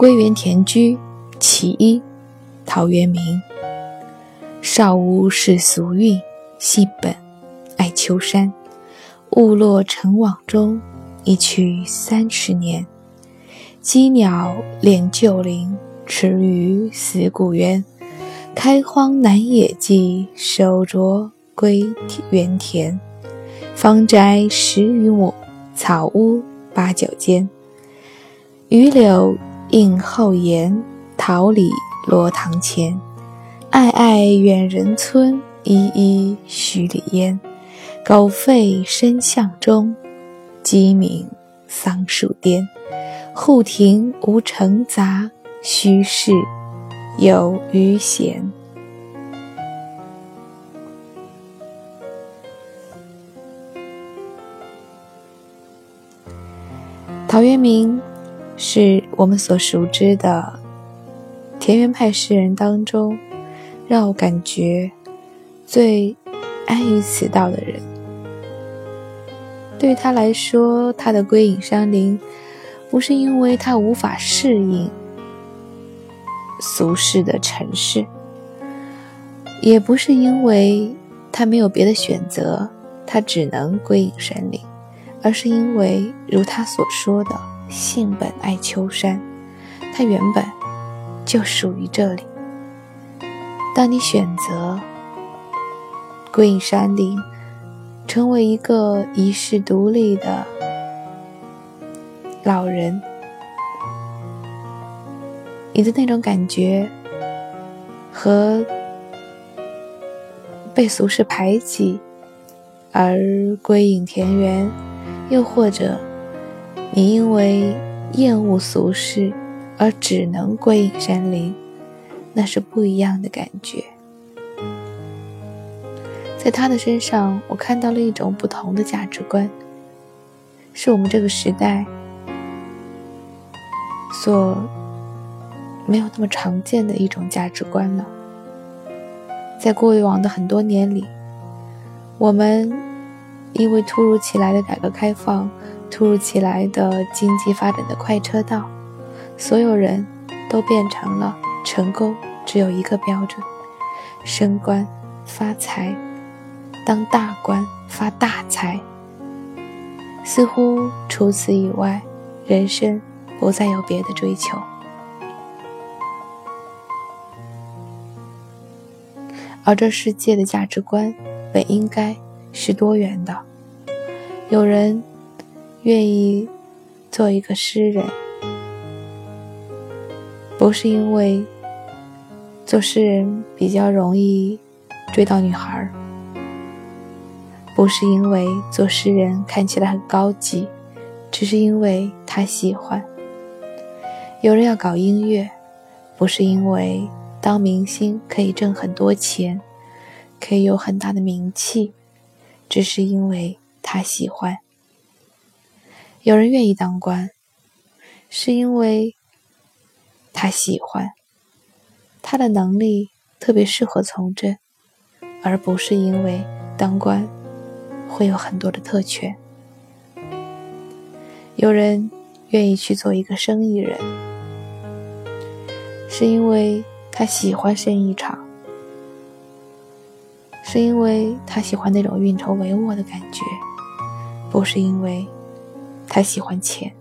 归园田居其一，陶渊明。少无世俗韵，戏本爱丘山。误落尘网中，一去30年。羁鸟恋旧林，池鱼思故园。开荒南野际，手镯归园田。方宅10余亩，草屋8、9间。榆柳映后檐，桃李落堂前。暧暧远人村，依依墟里烟。狗吠深巷中，鸡鸣桑树颠。户庭无尘杂，虚室有余闲。陶渊明是我们所熟知的田园派诗人当中让我感觉最安于此道的人。对于他来说，他的归隐山林不是因为他无法适应俗世的尘世，也不是因为他没有别的选择，他只能归隐山林，而是因为如他所说的性本爱丘山，他原本就属于这里。当你选择归隐山林，成为一个遗世独立的老人，你的那种感觉和被俗世排挤而归隐田园，又或者你因为厌恶俗世而只能归隐山林，那是不一样的感觉。在他的身上，我看到了一种不同的价值观，是我们这个时代所没有那么常见的一种价值观了。在过往的很多年里，我们因为突如其来的改革开放，突如其来的经济发展的快车道，所有人都变成了成功只有一个标准：升官发财，当大官发大财。似乎除此以外，人生不再有别的追求。而这世界的价值观本应该是多元的，有人愿意做一个诗人，不是因为做诗人比较容易追到女孩，不是因为做诗人看起来很高级，只是因为他喜欢。有人要搞音乐，不是因为当明星可以挣很多钱，可以有很大的名气，只是因为他喜欢。有人愿意当官，是因为他喜欢，他的能力特别适合从政，而不是因为当官会有很多的特权。有人愿意去做一个生意人，是因为他喜欢生意场，是因为他喜欢那种运筹帷幄的感觉，不是因为他喜欢钱。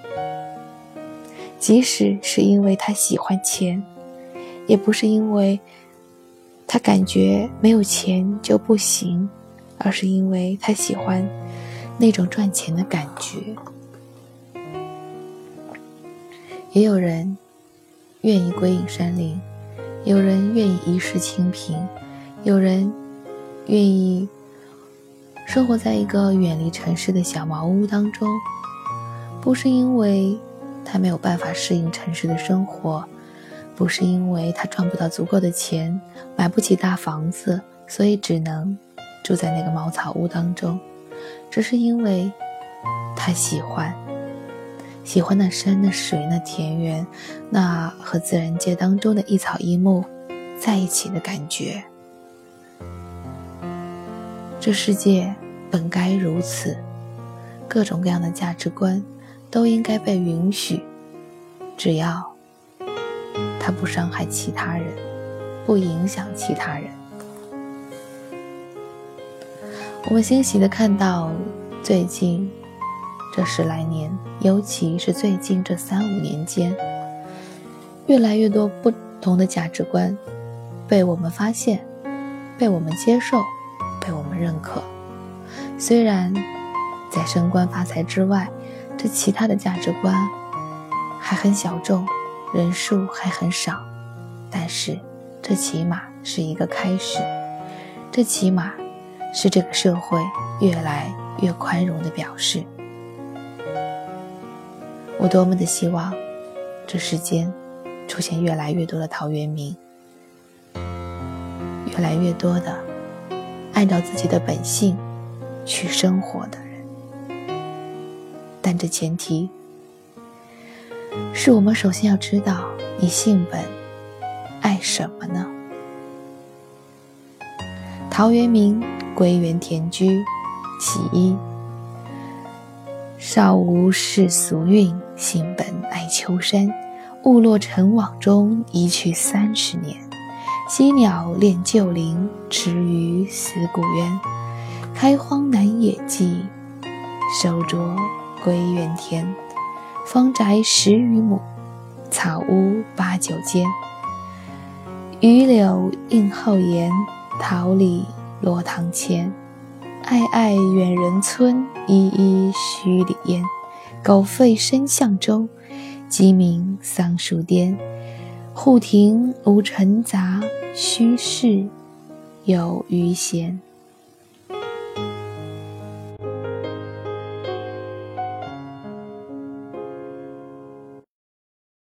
即使是因为他喜欢钱，也不是因为他感觉没有钱就不行，而是因为他喜欢那种赚钱的感觉。也有人愿意归隐山林，有人愿意一世清贫，有人愿意生活在一个远离城市的小茅屋当中，不是因为他没有办法适应城市的生活，不是因为他赚不到足够的钱，买不起大房子，所以只能住在那个茅草屋当中，只是因为他喜欢那山那水那田园，那和自然界当中的一草一木在一起的感觉。这世界本该如此，各种各样的价值观都应该被允许，只要它不伤害其他人，不影响其他人。我们欣喜地看到最近这10来年，尤其是最近这3、5年间，越来越多不同的价值观被我们发现，被我们接受，被我们认可。虽然在升官发财之外，这其他的价值观还很小众，人数还很少，但是这起码是一个开始，这起码是这个社会越来越宽容的表示。我多么的希望这世间出现越来越多的陶渊明，越来越多的按照自己的本性去生活的人。但这前提是我们首先要知道你性本爱什么呢？陶渊明归园田居其一，少无世俗韵，性本爱丘山。误落尘网中，一去30年。栖鸟恋旧林，池鱼思故渊。开荒南野际，收啄归园田。方宅10余亩，草屋8、9间。榆柳映后檐，桃李落堂前。暧暧远人村，依依墟里烟。狗吠深巷舟，鸡鸣桑树颠。户庭无尘杂，虚室有余闲。